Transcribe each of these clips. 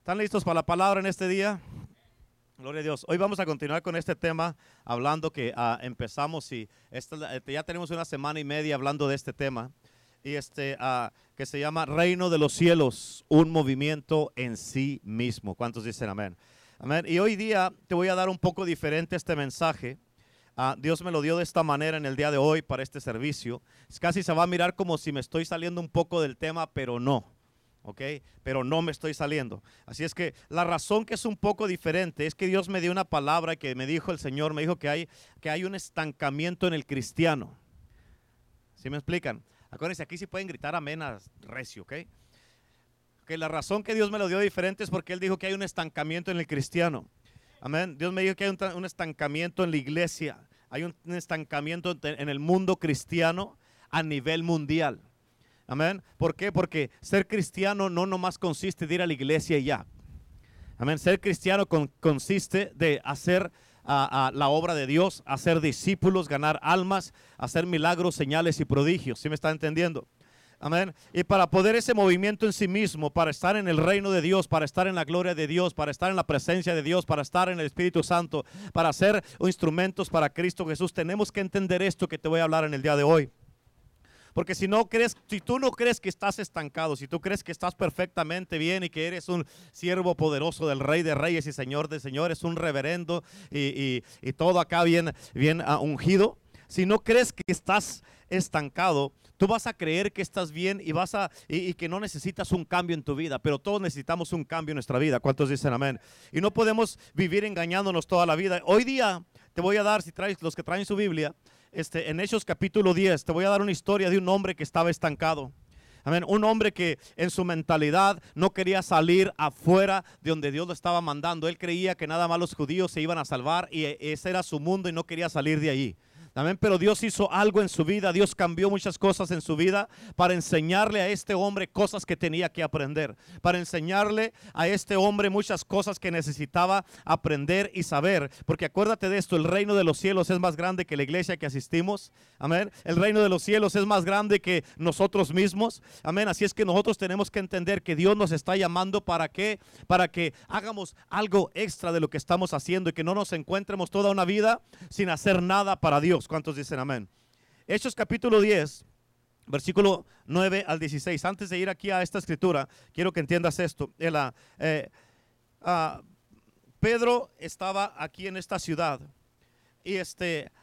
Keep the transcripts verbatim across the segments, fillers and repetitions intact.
¿Están listos para la palabra en este día? Gloria a Dios. Hoy vamos a continuar con este tema, hablando que uh, empezamos y esta, este, ya tenemos una semana y media hablando de este tema, y este uh, que se llama Reino de los Cielos, un movimiento en sí mismo. ¿Cuántos dicen amén? Amén. Y hoy día te voy a dar un poco diferente este mensaje. Uh, Dios me lo dio de esta manera en el día de hoy para este servicio. Es casi se va a mirar como si me estoy saliendo un poco del tema, pero no. Ok, pero no me estoy saliendo. Así es que la razón que es un poco diferente es que Dios me dio una palabra que me dijo el Señor, me dijo que hay, que hay un estancamiento en el cristiano. ¿Sí me explican? Acuérdense, aquí sí pueden gritar amén a recio, ok. Que la razón que Dios me lo dio diferente es porque Él dijo que hay un estancamiento en el cristiano. Amén. Dios me dijo que hay un, un estancamiento en la iglesia, hay un, un estancamiento en el mundo cristiano a nivel mundial. Amén. ¿Por qué? Porque ser cristiano no nomás consiste de ir a la iglesia y ya. Amén. Ser cristiano con, consiste de hacer uh, uh, la obra de Dios, hacer discípulos, ganar almas, hacer milagros, señales y prodigios. ¿Sí me está entendiendo? Amén. Y para poder ese movimiento en sí mismo, para estar en el reino de Dios, para estar en la gloria de Dios, para estar en la presencia de Dios, para estar en el Espíritu Santo, para ser instrumentos para Cristo Jesús, tenemos que entender esto que te voy a hablar en el día de hoy. Porque si no crees, si tú no crees que estás estancado, si tú crees que estás perfectamente bien y que eres un siervo poderoso del Rey de Reyes y Señor de Señores, un reverendo y, y, y todo acá bien, bien uh, ungido, si no crees que estás estancado, tú vas a creer que estás bien y vas a y, y que no necesitas un cambio en tu vida, pero todos necesitamos un cambio en nuestra vida. ¿Cuántos dicen amén? Y no podemos vivir engañándonos toda la vida. Hoy día te voy a dar, si traes los que traen su Biblia, Este, en Hechos capítulo diez, te voy a dar una historia de un hombre que estaba estancado. Amén. Un hombre que en su mentalidad no quería salir afuera de donde Dios lo estaba mandando. Él creía que nada más los judíos se iban a salvar y ese era su mundo y no quería salir de allí. Amén. Pero Dios hizo algo en su vida, Dios cambió muchas cosas en su vida para enseñarle a este hombre cosas que tenía que aprender, para enseñarle a este hombre muchas cosas que necesitaba aprender y saber, porque acuérdate de esto, el reino de los cielos es más grande que la iglesia que asistimos, amén, el reino de los cielos es más grande que nosotros mismos, amén, así es que nosotros tenemos que entender que Dios nos está llamando para que, para que hagamos algo extra de lo que estamos haciendo y que no nos encontremos toda una vida sin hacer nada para Dios. ¿Cuántos dicen amén? Hechos capítulo diez, versículo nueve al dieciséis. Antes de ir aquí a esta escritura, quiero que entiendas esto. El, eh, uh, Pedro estaba aquí en esta ciudad y este,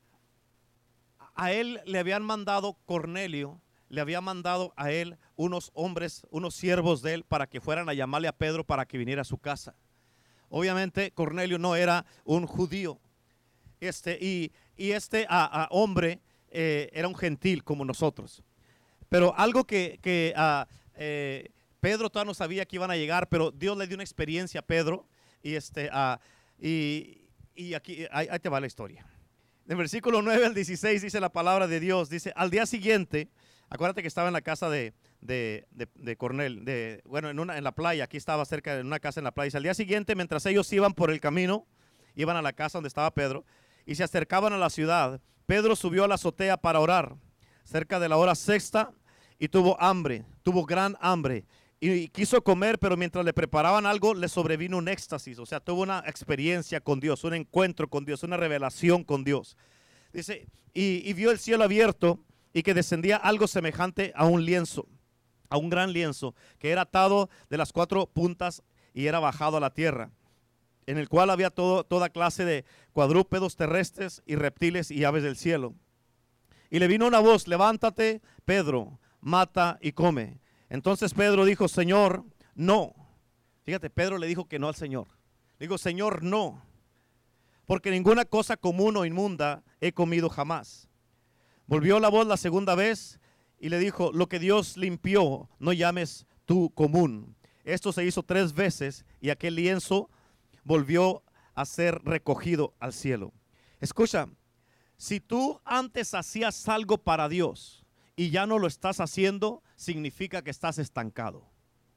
a él le habían mandado Cornelio, le había mandado a él unos hombres, unos siervos de él para que fueran a llamarle a Pedro para que viniera a su casa. Obviamente Cornelio no era un judío. Este, y, y este a, a hombre eh, era un gentil como nosotros. Pero algo que, que a, eh, Pedro todavía no sabía que iban a llegar, pero Dios le dio una experiencia a Pedro. Y, este, a, y, y aquí ahí, ahí te va la historia. En versículo nueve al dieciséis dice la palabra de Dios. Dice, al día siguiente, acuérdate que estaba en la casa de, de, de, de Cornel, de, bueno, en, una, en la playa, aquí estaba cerca de una casa en la playa. Dice, al día siguiente, mientras ellos iban por el camino, iban a la casa donde estaba Pedro, y se acercaban a la ciudad, Pedro subió a la azotea para orar, cerca de la hora sexta, y tuvo hambre, tuvo gran hambre, y quiso comer, pero mientras le preparaban algo, le sobrevino un éxtasis, o sea, tuvo una experiencia con Dios, un encuentro con Dios, una revelación con Dios. Dice, y, y vio el cielo abierto, y que descendía algo semejante a un lienzo, a un gran lienzo, que era atado de las cuatro puntas, y era bajado a la tierra, en el cual había todo, toda clase de cuadrúpedos terrestres y reptiles y aves del cielo. Y le vino una voz, levántate, Pedro, mata y come. Entonces Pedro dijo, Señor, no. Fíjate, Pedro le dijo que no al Señor. Dijo, Señor, no, porque ninguna cosa común o inmunda he comido jamás. Volvió la voz la segunda vez y le dijo, lo que Dios limpió, no llames tú común. Esto se hizo tres veces y aquel lienzo volvió a ser recogido al cielo. Escucha, si tú antes hacías algo para Dios y ya no lo estás haciendo, significa que estás estancado.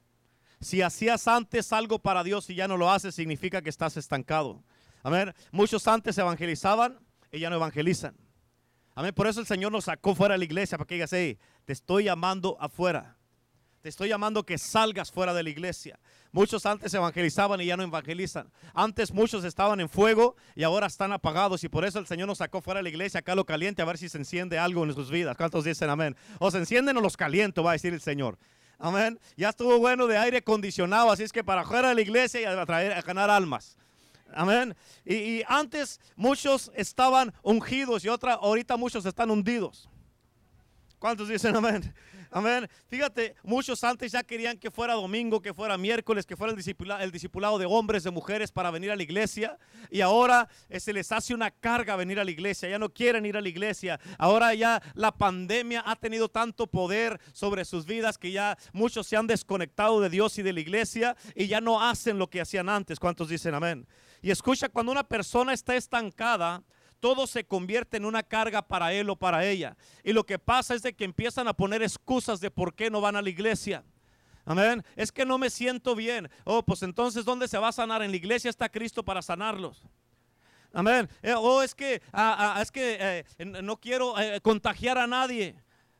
Si hacías antes algo para Dios y ya no lo haces, significa que estás estancado. Amén. Muchos antes evangelizaban y ya no evangelizan. Amén. Por eso el Señor nos sacó fuera de la iglesia, para que digas, hey, te estoy llamando afuera. te estoy llamando que salgas fuera de la iglesia. Muchos antes evangelizaban y ya no evangelizan. Antes muchos estaban en fuego y ahora están apagados, y por eso el Señor nos sacó fuera de la iglesia, acá lo caliente, a ver si se enciende algo en sus vidas. ¿Cuántos dicen amén? O se encienden o los caliento, va a decir el Señor. Amén. Ya estuvo bueno de aire acondicionado, así es que para fuera de la iglesia y a traer a ganar almas. Amén. Y, y antes muchos estaban ungidos y otra, ahorita muchos están hundidos. ¿Cuántos dicen amén? Amén. Fíjate, muchos antes ya querían que fuera domingo, que fuera miércoles, que fuera el discipulado, el discipulado de hombres, de mujeres para venir a la iglesia. Y ahora eh, se les hace una carga venir a la iglesia. Ya no quieren ir a la iglesia. Ahora ya la pandemia ha tenido tanto poder sobre sus vidas que ya muchos se han desconectado de Dios y de la iglesia y ya no hacen lo que hacían antes. ¿Cuántos dicen amén? Y escucha, cuando una persona está estancada, todo se convierte en una carga para él o para ella. Y lo que pasa es de que empiezan a poner excusas de por qué no van a la iglesia. Amén. Es que no me siento bien. Oh, pues entonces, ¿dónde se va a sanar? En la iglesia está Cristo para sanarlos. Amén. Eh, oh, es que, ah, ah, es que eh, no quiero eh, contagiar a nadie.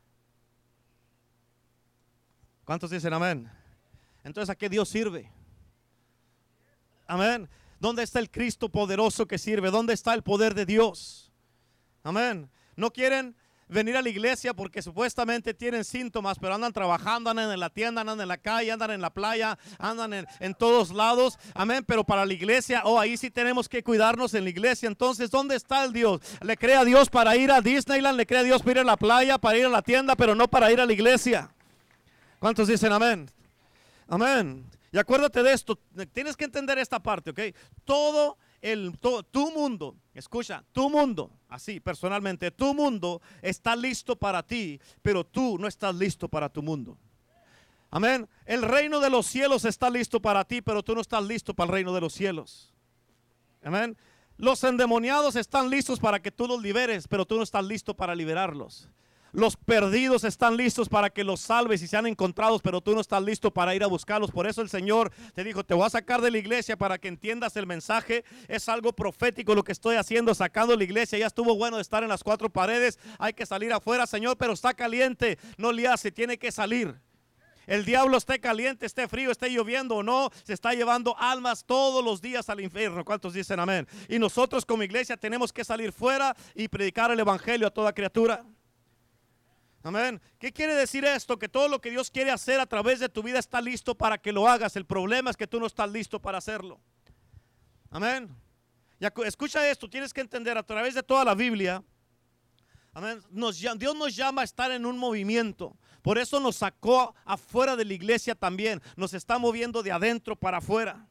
¿Cuántos dicen amén? Entonces, ¿a qué Dios sirve? Amén. ¿Dónde está el Cristo poderoso que sirve? ¿Dónde está el poder de Dios? Amén. No quieren venir a la iglesia porque supuestamente tienen síntomas, pero andan trabajando, andan en la tienda, andan en la calle, andan en la playa, andan en, en todos lados. Amén. Pero para la iglesia, oh, ahí sí tenemos que cuidarnos en la iglesia. Entonces, ¿dónde está el Dios? Le cree a Dios para ir a Disneyland, le cree a Dios para ir a la playa, para ir a la tienda, pero no para ir a la iglesia. ¿Cuántos dicen amén? Amén. Y acuérdate de esto, tienes que entender esta parte, ¿ok? Todo el, to, tu mundo, escucha, tu mundo, así personalmente, tu mundo está listo para ti, pero tú no estás listo para tu mundo. Amén. El reino de los cielos está listo para ti, pero tú no estás listo para el reino de los cielos. Amén. Los endemoniados están listos para que tú los liberes, pero tú no estás listo para liberarlos. Los perdidos están listos para que los salves y sean encontrados, pero tú no estás listo para ir a buscarlos. Por eso el Señor te dijo, te voy a sacar de la iglesia para que entiendas el mensaje. Es algo profético lo que estoy haciendo, sacando la iglesia. Ya estuvo bueno de estar en las cuatro paredes. Hay que salir afuera, Señor, pero está caliente. No le hace, tiene que salir. El diablo esté caliente, esté frío, esté lloviendo o no, se está llevando almas todos los días al infierno. ¿Cuántos dicen amén? Y nosotros como iglesia tenemos que salir fuera y predicar el evangelio a toda criatura. Amén. ¿Qué quiere decir esto? Que todo lo que Dios quiere hacer a través de tu vida está listo para que lo hagas. El problema es que tú no estás listo para hacerlo. Amén. Ya, escucha esto, tienes que entender a través de toda la Biblia. Amén. Nos, Dios nos llama a estar en un movimiento. Por eso nos sacó afuera de la iglesia también. Nos está moviendo de adentro para afuera.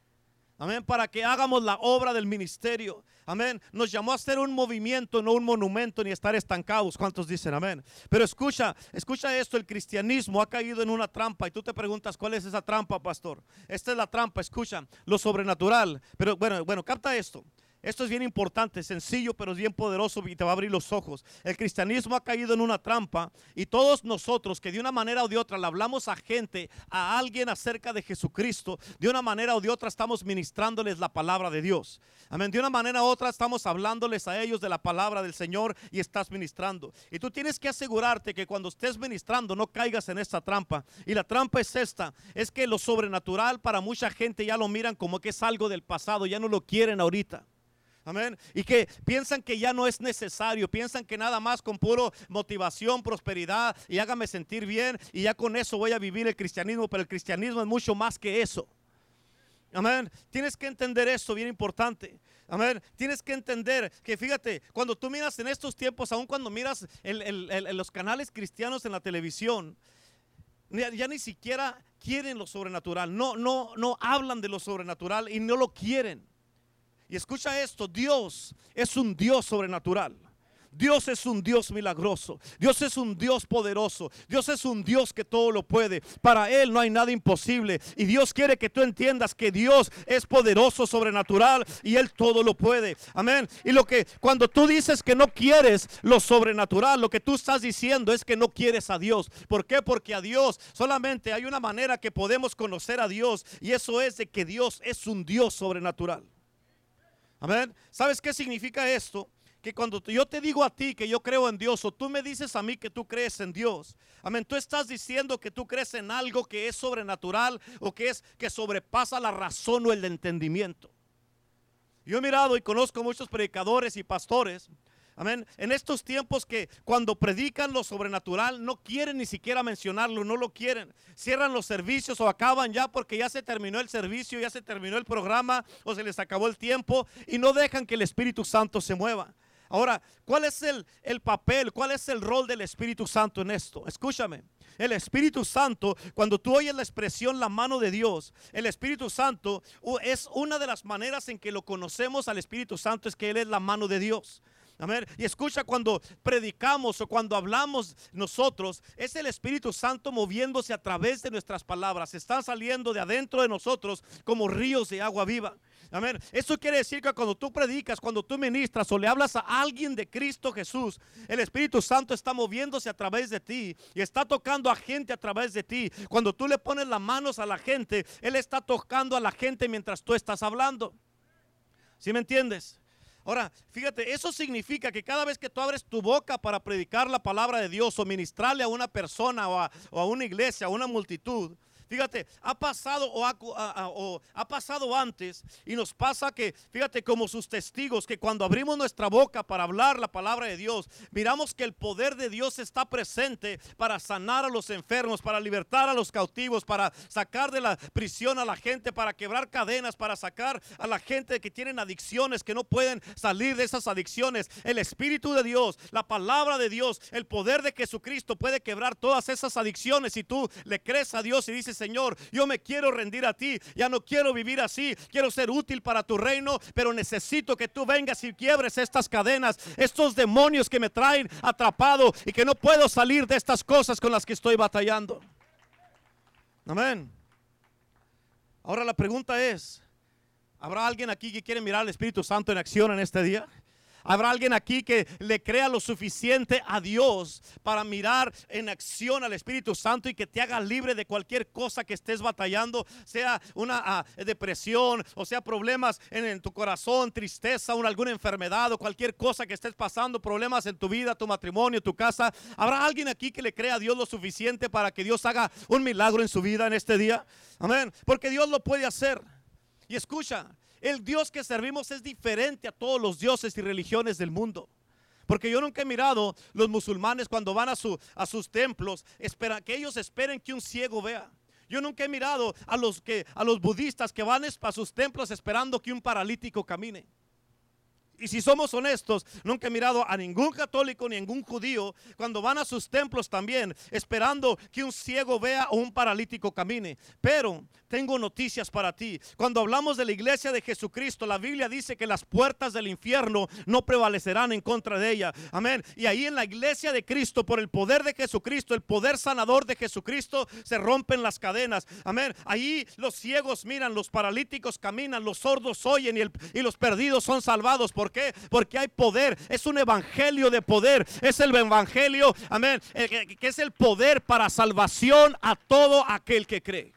Amén, para que hagamos la obra del ministerio. Amén, nos llamó a hacer un movimiento, no un monumento, ni estar estancados. ¿Cuántos dicen amén? Pero escucha, escucha esto, el cristianismo ha caído en una trampa. Y tú te preguntas, ¿cuál es esa trampa, pastor? Esta es la trampa, escucha, lo sobrenatural. Pero bueno, bueno, capta esto. Esto es bien importante, sencillo, pero es bien poderoso y te va a abrir los ojos. El cristianismo ha caído en una trampa y todos nosotros que de una manera o de otra le hablamos a gente, a alguien acerca de Jesucristo, de una manera o de otra estamos ministrándoles la palabra de Dios. Amén. De una manera u otra estamos hablándoles a ellos de la palabra del Señor y estás ministrando. Y tú tienes que asegurarte que cuando estés ministrando no caigas en esta trampa. Y la trampa es esta, es que lo sobrenatural para mucha gente ya lo miran como que es algo del pasado, ya no lo quieren ahorita. Amén. Y que piensan que ya no es necesario, piensan que nada más con puro motivación, prosperidad y hágame sentir bien y ya con eso voy a vivir el cristianismo, pero el cristianismo es mucho más que eso. Amén. Tienes que entender eso, bien importante. Amén. Tienes que entender que fíjate, cuando tú miras en estos tiempos, aun cuando miras el, el, el, los canales cristianos en la televisión, ya, ya ni siquiera quieren lo sobrenatural, no, no, no hablan de lo sobrenatural y no lo quieren. Y escucha esto, Dios es un Dios sobrenatural. Dios es un Dios milagroso. Dios es un Dios poderoso. Dios es un Dios que todo lo puede. Para Él no hay nada imposible. Y Dios quiere que tú entiendas que Dios es poderoso, sobrenatural y Él todo lo puede. Amén. Y lo que cuando tú dices que no quieres lo sobrenatural, lo que tú estás diciendo es que no quieres a Dios. ¿Por qué? Porque a Dios solamente hay una manera que podemos conocer a Dios y eso es de que Dios es un Dios sobrenatural. Amén. ¿Sabes qué significa esto? que cuando yo te digo a ti que yo creo en Dios, o tú me dices a mí que tú crees en Dios, amén, tú estás diciendo que tú crees en algo que es sobrenatural o que es que sobrepasa la razón o el entendimiento. Yo he mirado y conozco muchos predicadores y pastores, amén, en estos tiempos que cuando predican lo sobrenatural no quieren ni siquiera mencionarlo, no lo quieren. Cierran los servicios o acaban ya porque ya se terminó el servicio, ya se terminó el programa o se les acabó el tiempo y no dejan que el Espíritu Santo se mueva. Ahora, ¿cuál es el, el papel? ¿Cuál es el rol del Espíritu Santo en esto? Escúchame. El Espíritu Santo, cuando tú oyes la expresión la mano de Dios, el Espíritu Santo es una de las maneras en que lo conocemos al Espíritu Santo, es que Él es la mano de Dios. Amén. Y escucha, cuando predicamos o cuando hablamos nosotros, es el Espíritu Santo moviéndose a través de nuestras palabras. Están saliendo de adentro de nosotros como ríos de agua viva. Amén. Eso quiere decir que cuando tú predicas, cuando tú ministras o le hablas a alguien de Cristo Jesús, el Espíritu Santo está moviéndose a través de ti y está tocando a gente a través de ti. Cuando tú le pones las manos a la gente, Él está tocando a la gente mientras tú estás hablando. ¿Sí me entiendes? Ahora, fíjate, eso significa que cada vez que tú abres tu boca para predicar la palabra de Dios o ministrarle a una persona o a, o a una iglesia, a una multitud, fíjate, ha pasado o ha, a, a, o ha pasado antes y nos pasa que, fíjate, como sus testigos, que cuando abrimos nuestra boca para hablar la palabra de Dios, miramos que el poder de Dios está presente para sanar a los enfermos, para libertar a los cautivos, para sacar de la prisión a la gente, para quebrar cadenas, para sacar a la gente que tienen adicciones, que no pueden salir de esas adicciones. El Espíritu de Dios, la palabra de Dios, el poder de Jesucristo puede quebrar todas esas adicciones. Si tú le crees a Dios y dices: Señor, yo me quiero rendir a ti, ya no quiero vivir así, quiero ser útil para tu reino, pero necesito que tú vengas y quiebres estas cadenas, estos demonios que me traen atrapado y que no puedo salir de estas cosas con las que estoy batallando. Amén. Ahora la pregunta es: ¿habrá alguien aquí que quiere mirar al Espíritu Santo en acción en este día? ¿Habrá alguien aquí que le crea lo suficiente a Dios para mirar en acción al Espíritu Santo y que te haga libre de cualquier cosa que estés batallando, sea una uh, depresión o sea problemas en, en tu corazón, tristeza o alguna enfermedad o cualquier cosa que estés pasando, problemas en tu vida, tu matrimonio, tu casa? ¿Habrá alguien aquí que le crea a Dios lo suficiente para que Dios haga un milagro en su vida en este día? Amén. Porque Dios lo puede hacer. Y escucha, el Dios que servimos es diferente a todos los dioses y religiones del mundo. Porque yo nunca he mirado los musulmanes cuando van a, su, a sus templos, espera, que ellos esperen que un ciego vea. Yo nunca he mirado a los, que, a los budistas que van a sus templos esperando que un paralítico camine. Y si somos honestos, nunca he mirado a ningún católico ni ningún judío cuando van a sus templos también esperando que un ciego vea o un paralítico camine. Pero tengo noticias para ti. Cuando hablamos de la iglesia de Jesucristo, la Biblia dice que las puertas del infierno no prevalecerán en contra de ella. Amén. Y ahí en la iglesia de Cristo, por el poder de Jesucristo, el poder sanador de Jesucristo, se rompen las cadenas. Amén. Ahí los ciegos miran, los paralíticos caminan, los sordos oyen y, el, y los perdidos son salvados. ¿Por qué? Porque hay poder. Es un evangelio de poder. Es el evangelio, amén, que, que es el poder para salvación a todo aquel que cree.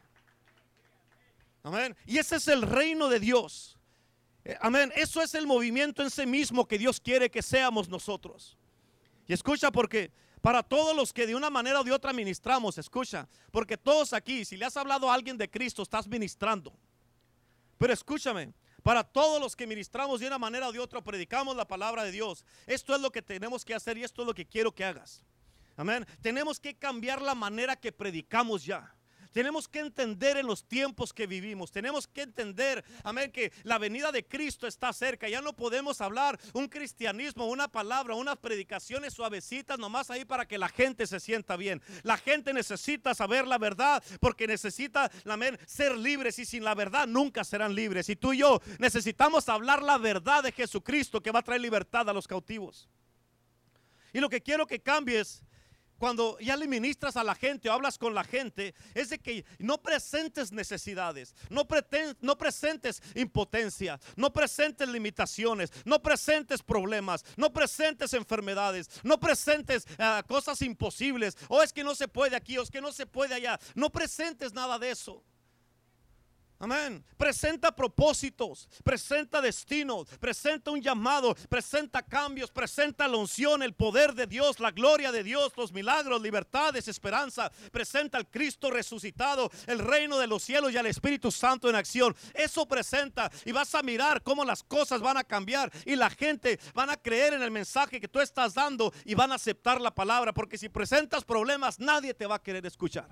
Amén. Y ese es el reino de Dios. Amén. Eso es el movimiento en sí mismo que Dios quiere que seamos nosotros. Y escucha, porque para todos los que de una manera o de otra ministramos, escucha, porque todos aquí, si le has hablado a alguien de Cristo, estás ministrando. Pero escúchame, para todos los que ministramos de una manera o de otra, predicamos la palabra de Dios, esto es lo que tenemos que hacer y esto es lo que quiero que hagas. Amén. Tenemos que cambiar la manera que predicamos ya. Tenemos que entender en los tiempos que vivimos. Tenemos que entender, amén, que la venida de Cristo está cerca. Ya no podemos hablar un cristianismo, una palabra, unas predicaciones suavecitas nomás ahí para que la gente se sienta bien. La gente necesita saber la verdad porque necesita, amén, ser libres, y sin la verdad nunca serán libres. Y tú y yo necesitamos hablar la verdad de Jesucristo, que va a traer libertad a los cautivos. Y lo que quiero que cambies cuando ya le ministras a la gente o hablas con la gente, es de que no presentes necesidades, no, preten, no presentes impotencia, no presentes limitaciones, no presentes problemas, no presentes enfermedades, no presentes uh, cosas imposibles, o es que no se puede aquí, o es que no se puede allá. No presentes nada de eso. Amén. Presenta propósitos, presenta destinos, presenta un llamado, presenta cambios, presenta la unción, el poder de Dios, la gloria de Dios, los milagros, libertades, esperanza. Presenta al Cristo resucitado, el reino de los cielos y al Espíritu Santo en acción. Eso presenta y vas a mirar cómo las cosas van a cambiar y la gente van a creer en el mensaje que tú estás dando y van a aceptar la palabra, porque si presentas problemas nadie te va a querer escuchar.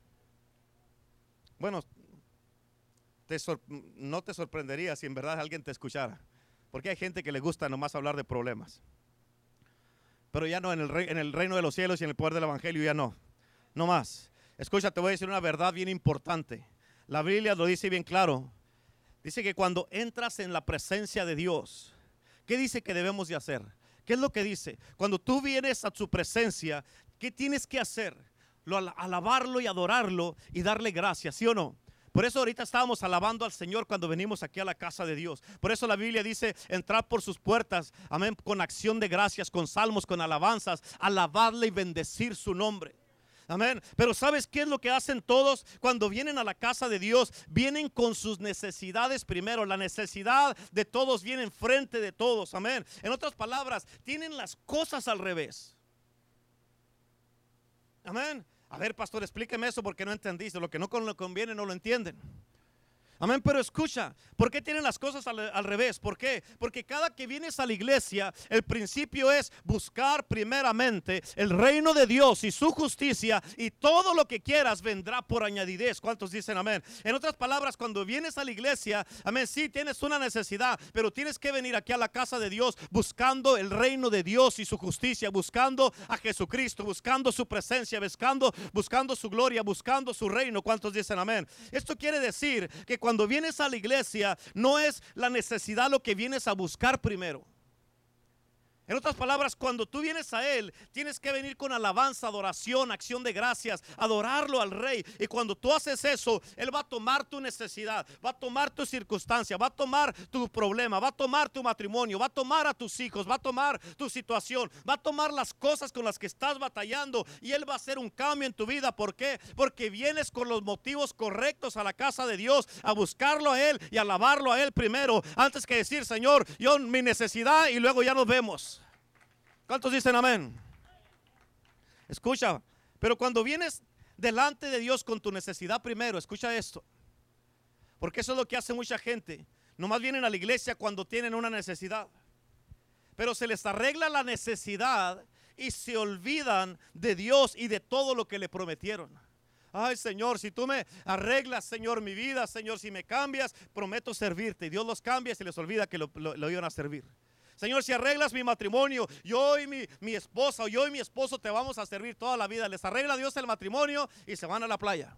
Bueno, Te no te sorprendería si en verdad alguien te escuchara, porque hay gente que le gusta nomás hablar de problemas, pero ya no, en el, rey, en el reino de los cielos y en el poder del evangelio ya no, no más. Escucha, te voy a decir una verdad bien importante. La Biblia lo dice bien claro. Dice que cuando entras en la presencia de Dios, ¿qué dice que debemos de hacer? ¿Qué es lo que dice? Cuando tú vienes a su presencia, ¿qué tienes que hacer? Lo, alabarlo y adorarlo y darle gracias, ¿sí o no? Por eso ahorita estábamos alabando al Señor cuando venimos aquí a la casa de Dios. Por eso la Biblia dice, entrad por sus puertas, amén, con acción de gracias, con salmos, con alabanzas, alabarle y bendecir su nombre. Amén. Pero ¿sabes qué es lo que hacen todos cuando vienen a la casa de Dios? Vienen con sus necesidades primero. La necesidad de todos viene enfrente de todos. Amén. En otras palabras, tienen las cosas al revés. Amén. A ver, pastor, explíqueme eso porque no entendiste. Lo que no conviene no lo entienden. Amén, pero escucha, ¿por qué tienen las cosas al, al revés? ¿Por qué? Porque cada que vienes a la iglesia, el principio es buscar primeramente el reino de Dios y su justicia, y todo lo que quieras vendrá por añadidez. ¿Cuántos dicen amén? En otras palabras, cuando vienes a la iglesia, amén, sí tienes una necesidad, pero tienes que venir aquí a la casa de Dios buscando el reino de Dios y su justicia, buscando a Jesucristo, buscando su presencia, buscando, buscando su gloria, buscando su reino. ¿Cuántos dicen amén? Esto quiere decir que cuando Cuando vienes a la iglesia, no es la necesidad lo que vienes a buscar primero. En otras palabras, cuando tú vienes a Él, tienes que venir con alabanza, adoración, acción de gracias, adorarlo al Rey. Y cuando tú haces eso, Él va a tomar tu necesidad, va a tomar tu circunstancia, va a tomar tu problema, va a tomar tu matrimonio, va a tomar a tus hijos, va a tomar tu situación, va a tomar las cosas con las que estás batallando, y Él va a hacer un cambio en tu vida. ¿Por qué? Porque vienes con los motivos correctos a la casa de Dios, a buscarlo a Él y alabarlo a Él primero, antes que decir, Señor, yo mi necesidad y luego ya nos vemos. ¿Cuántos dicen amén? Escucha, pero cuando vienes delante de Dios con tu necesidad primero, escucha esto, porque eso es lo que hace mucha gente. Nomás vienen a la iglesia cuando tienen una necesidad, pero se les arregla la necesidad y se olvidan de Dios y de todo lo que le prometieron. Ay, Señor, si tú me arreglas, Señor, mi vida, Señor, si me cambias, prometo servirte. Y Dios los cambia y se les olvida que lo, lo, lo iban a servir. Señor, si arreglas mi matrimonio, yo y mi, mi esposa, o yo y mi esposo te vamos a servir toda la vida. Les arregla Dios el matrimonio y se van a la playa.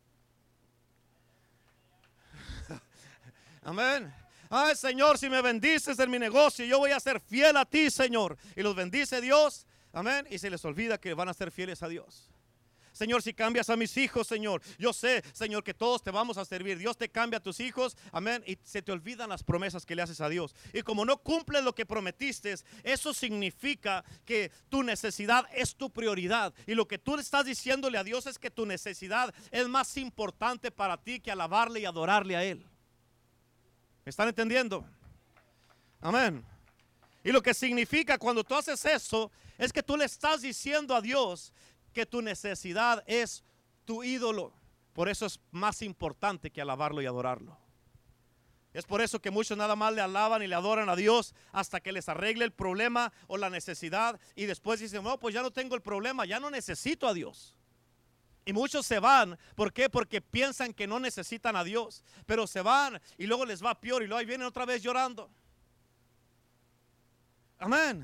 Amén. Ay, Señor, si me bendices en mi negocio, yo voy a ser fiel a ti, Señor. Y los bendice Dios. Amén. Y se les olvida que van a ser fieles a Dios. Señor, si cambias a mis hijos, Señor, yo sé, Señor, que todos te vamos a servir. Dios te cambia a tus hijos, amén, y se te olvidan las promesas que le haces a Dios. Y como no cumples lo que prometiste, eso significa que tu necesidad es tu prioridad. Y lo que tú le estás diciéndole a Dios es que tu necesidad es más importante para ti que alabarle y adorarle a Él. ¿Me están entendiendo? Amén. Y lo que significa cuando tú haces eso es que tú le estás diciendo a Dios que tu necesidad es tu ídolo. Por eso es más importante que alabarlo y adorarlo. Es por eso que muchos nada más le alaban y le adoran a Dios hasta que les arregle el problema o la necesidad, y después dicen, no, pues ya no tengo el problema, ya no necesito a Dios. Y muchos se van. ¿Por qué? Porque piensan que no necesitan a Dios, pero se van y luego les va peor y luego ahí vienen otra vez llorando. Amén.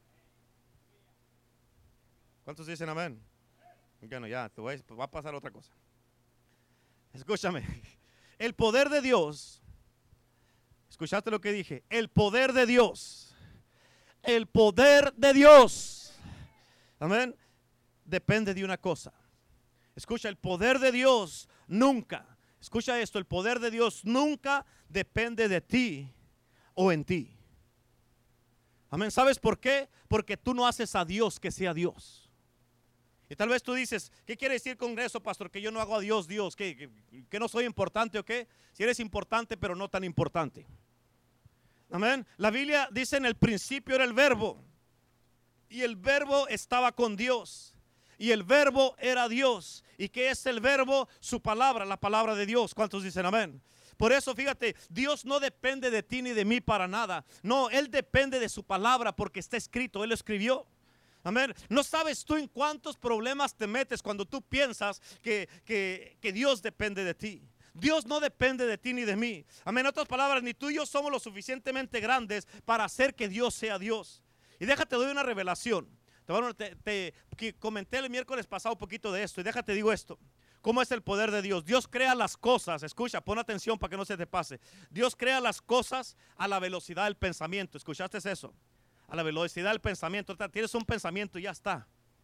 ¿Cuántos dicen amén? Bueno, ya, te voy a, va a pasar otra cosa. Escúchame. El poder de Dios. ¿Escuchaste lo que dije? El poder de Dios. El poder de Dios. Amén. Depende de una cosa. Escucha, el poder de Dios nunca. Escucha esto, el poder de Dios nunca depende de ti o en ti. Amén. ¿Sabes por qué? Porque tú no haces a Dios que sea Dios. Y tal vez tú dices, ¿qué quiere decir con eso, pastor? Que yo no hago a Dios, Dios, que, que, que no soy importante o qué. Si eres importante, pero no tan importante. Amén. La Biblia dice: en el principio era el verbo, y el verbo estaba con Dios, y el verbo era Dios. ¿Y qué es el verbo? Su palabra, la palabra de Dios. ¿Cuántos dicen amén? Por eso, fíjate, Dios no depende de ti ni de mí para nada. No, Él depende de su palabra porque está escrito, Él lo escribió. Amén. No sabes tú en cuántos problemas te metes cuando tú piensas que, que, que Dios depende de ti. Dios no depende de ti ni de mí. Amén. En otras palabras, ni tú y yo somos lo suficientemente grandes para hacer que Dios sea Dios. Y déjate, doy una revelación. Te, te, te que comenté el miércoles pasado un poquito de esto. Y déjate, digo esto. ¿Cómo es el poder de Dios? Dios crea las cosas. Escucha, pon atención para que no se te pase. Dios crea las cosas a la velocidad del pensamiento. ¿Escuchaste eso? A la velocidad del pensamiento. Tienes un pensamiento y ya está.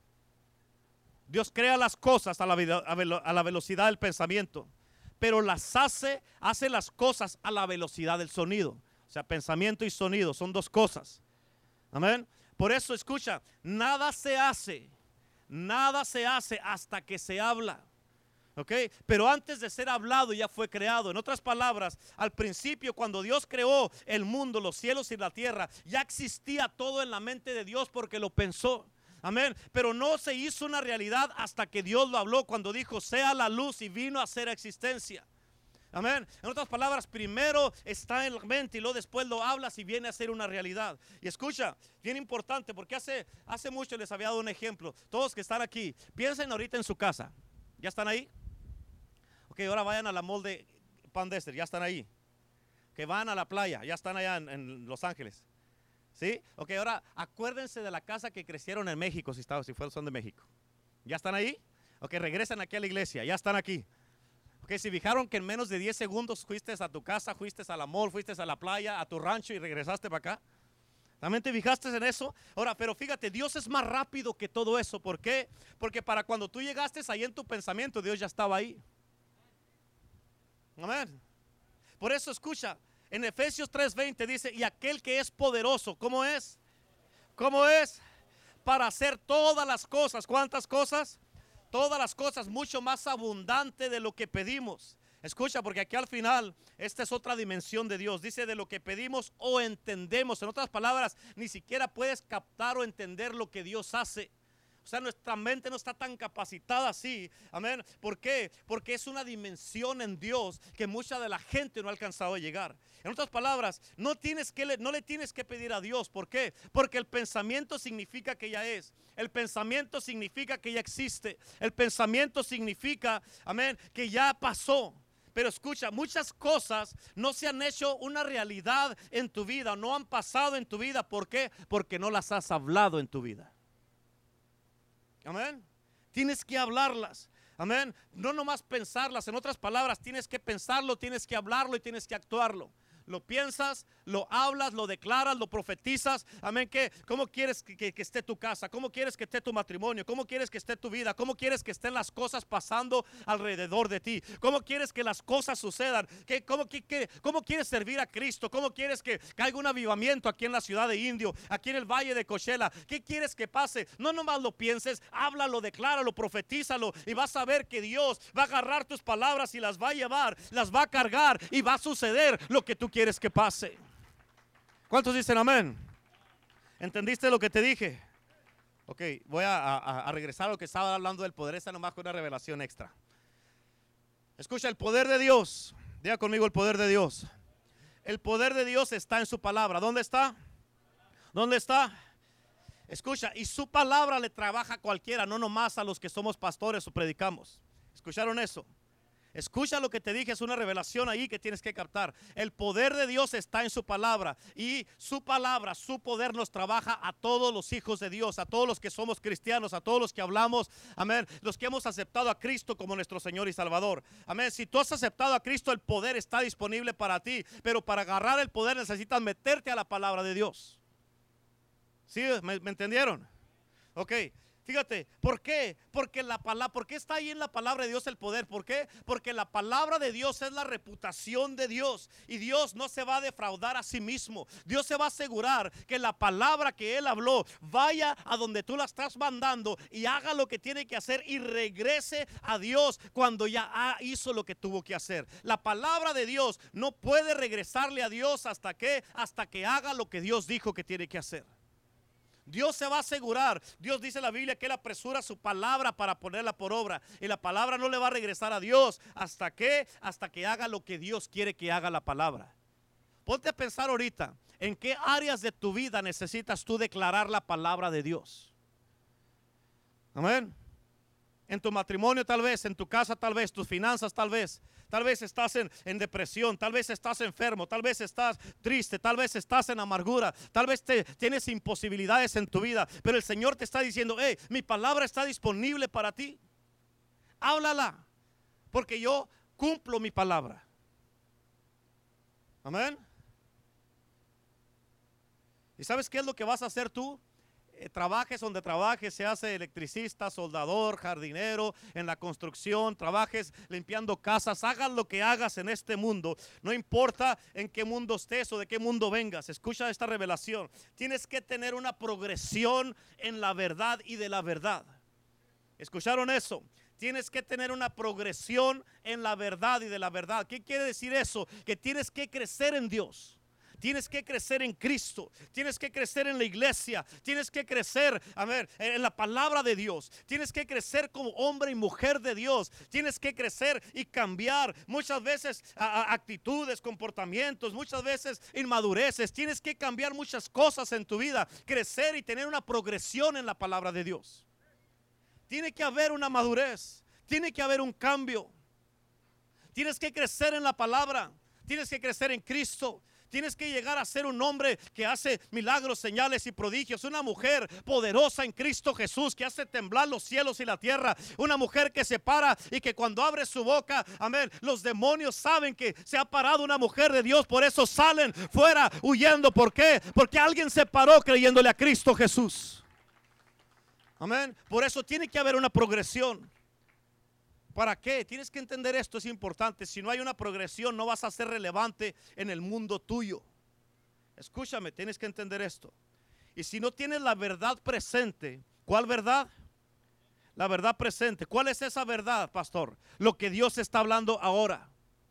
Dios crea las cosas a la, a la velocidad del pensamiento, pero las hace, hace las cosas a la velocidad del sonido. O sea, pensamiento y sonido son dos cosas. Amén. Por eso, escucha, nada se hace, nada se hace hasta que se habla. ¿Ok? Pero antes de ser hablado ya fue creado. En otras palabras, al principio, cuando Dios creó el mundo, los cielos y la tierra, ya existía todo en la mente de Dios porque lo pensó. Amén. Pero no se hizo una realidad hasta que Dios lo habló, cuando dijo: sea la luz, y vino a ser existencia. Amén. En otras palabras, primero está en la mente y luego después lo hablas y viene a ser una realidad. Y escucha, bien importante, porque hace, hace mucho les había dado un ejemplo. Todos que están aquí, piensen ahorita en su casa. ¿Ya están ahí? Ok, ahora vayan a la mall de Pan Desert, ya están ahí. Que van a la playa, ya están allá en, en Los Ángeles. ¿Sí? Ok, ahora acuérdense de la casa que crecieron en México, si, está, si son de México. ¿Ya están ahí? Ok, regresen aquí a la iglesia, ya están aquí. Ok, si fijaron que en menos de diez segundos fuiste a tu casa, fuiste a la mall, fuiste a la playa, a tu rancho y regresaste para acá. ¿También te fijaste en eso? Ahora, pero fíjate, Dios es más rápido que todo eso. ¿Por qué? Porque para cuando tú llegaste ahí en tu pensamiento, Dios ya estaba ahí. Amén. Por eso escucha, en Efesios tres veinte dice: y aquel que es poderoso, ¿cómo es? ¿Cómo es? Para hacer todas las cosas. ¿Cuántas cosas? Todas las cosas, mucho más abundante de lo que pedimos. Escucha, porque aquí al final, esta es otra dimensión de Dios. Dice: de lo que pedimos o entendemos. En otras palabras, ni siquiera puedes captar o entender lo que Dios hace. O sea, nuestra mente no está tan capacitada así. Amén. ¿Por qué? Porque es una dimensión en Dios que mucha de la gente no ha alcanzado a llegar. En otras palabras, no, tienes que le, no le tienes que pedir a Dios. ¿Por qué? Porque el pensamiento significa que ya es. El pensamiento significa que ya existe. El pensamiento significa, amén, que ya pasó. Pero escucha, muchas cosas no se han hecho una realidad en tu vida, no han pasado en tu vida. ¿Por qué? Porque no las has hablado en tu vida. Amén. Tienes que hablarlas. Amén. No nomás pensarlas. En otras palabras, tienes que pensarlo, tienes que hablarlo y tienes que actuarlo. Lo piensas, lo hablas, lo declaras, lo profetizas. Amén. ¿Qué? ¿Cómo quieres que, que, que esté tu casa? ¿Cómo quieres que esté tu matrimonio? ¿Cómo quieres que esté tu vida? ¿Cómo quieres que estén las cosas pasando alrededor de ti? ¿Cómo quieres que las cosas sucedan? ¿Qué, cómo, qué, qué, ¿Cómo quieres servir a Cristo? ¿Cómo quieres que caiga un avivamiento aquí en la ciudad de Indio, aquí en el valle de Coachella? ¿Qué quieres que pase? No nomás lo pienses, háblalo, decláralo, profetízalo, y vas a ver que Dios va a agarrar tus palabras y las va a llevar, las va a cargar, y va a suceder lo que tú quieres que pase. ¿Cuántos dicen amén? ¿Entendiste lo que te dije? Ok, voy a, a, a regresar a lo que estaba hablando del poder. Esta nomás con una revelación extra. Escucha, el poder de Dios. Diga conmigo: el poder de Dios. El poder de Dios está en su palabra. ¿Dónde está? ¿Dónde está? Escucha, y su palabra le trabaja a cualquiera, no nomás a los que somos pastores o predicamos. ¿Escucharon eso? Escucha lo que te dije, es una revelación ahí que tienes que captar. El poder de Dios está en su palabra, y su palabra, su poder nos trabaja a todos los hijos de Dios, a todos los que somos cristianos, a todos los que hablamos, amén, los que hemos aceptado a Cristo como nuestro Señor y Salvador. Amén. Si tú has aceptado a Cristo, el poder está disponible para ti, pero para agarrar el poder necesitas meterte a la palabra de Dios. ¿Sí? ¿Me, me entendieron? Ok. Fíjate, ¿por qué? Porque la palabra, ¿por qué está ahí en la palabra de Dios el poder? ¿Por qué? Porque la palabra de Dios es la reputación de Dios y Dios no se va a defraudar a sí mismo. Dios se va a asegurar que la palabra que Él habló vaya a donde tú la estás mandando y haga lo que tiene que hacer y regrese a Dios cuando ya hizo lo que tuvo que hacer. La palabra de Dios no puede regresarle a Dios hasta que, hasta que haga lo que Dios dijo que tiene que hacer. Dios se va a asegurar. Dios dice en la Biblia que Él apresura su palabra para ponerla por obra. Y la palabra no le va a regresar a Dios. ¿Hasta qué? Hasta que haga lo que Dios quiere que haga la palabra. Ponte a pensar ahorita, ¿en qué áreas de tu vida necesitas tú declarar la palabra de Dios? Amén. En tu matrimonio tal vez, en tu casa tal vez, tus finanzas tal vez. Tal vez estás en, en depresión, tal vez estás enfermo, tal vez estás triste, tal vez estás en amargura, tal vez te, tienes imposibilidades en tu vida. Pero el Señor te está diciendo, hey, mi palabra está disponible para ti. Háblala, porque yo cumplo mi palabra. Amén. ¿Y sabes qué es lo que vas a hacer tú? Eh, trabajes donde trabajes, seas electricista, soldador, jardinero, en la construcción, trabajes limpiando casas, hagas lo que hagas en este mundo, no importa en qué mundo estés o de qué mundo vengas. Escucha esta revelación, tienes que tener una progresión en la verdad y de la verdad. ¿Escucharon eso? Tienes que tener una progresión en la verdad y de la verdad. ¿Qué quiere decir eso? Que tienes que crecer en Dios. Tienes que crecer en Cristo, tienes que crecer en la iglesia, tienes que crecer, a ver, en la palabra de Dios, tienes que crecer como hombre y mujer de Dios, tienes que crecer y cambiar muchas veces a, a, actitudes, comportamientos, muchas veces inmadureces, tienes que cambiar muchas cosas en tu vida, crecer y tener una progresión en la palabra de Dios. Tiene que haber una madurez, tiene que haber un cambio, tienes que crecer en la palabra, tienes que crecer en Cristo. Tienes que llegar a ser un hombre que hace milagros, señales y prodigios. Una mujer poderosa en Cristo Jesús que hace temblar los cielos y la tierra. Una mujer que se para y que cuando abre su boca, amén, los demonios saben que se ha parado una mujer de Dios. Por eso salen fuera huyendo. ¿Por qué? Porque alguien se paró creyéndole a Cristo Jesús. Amén. Por eso tiene que haber una progresión. ¿Para qué? Tienes que entender esto, es importante. Si no hay una progresión, no vas a ser relevante en el mundo tuyo. Escúchame, tienes que entender esto. Y si no tienes la verdad presente, ¿cuál verdad? La verdad presente. ¿Cuál es esa verdad, pastor? Lo que Dios está hablando ahora.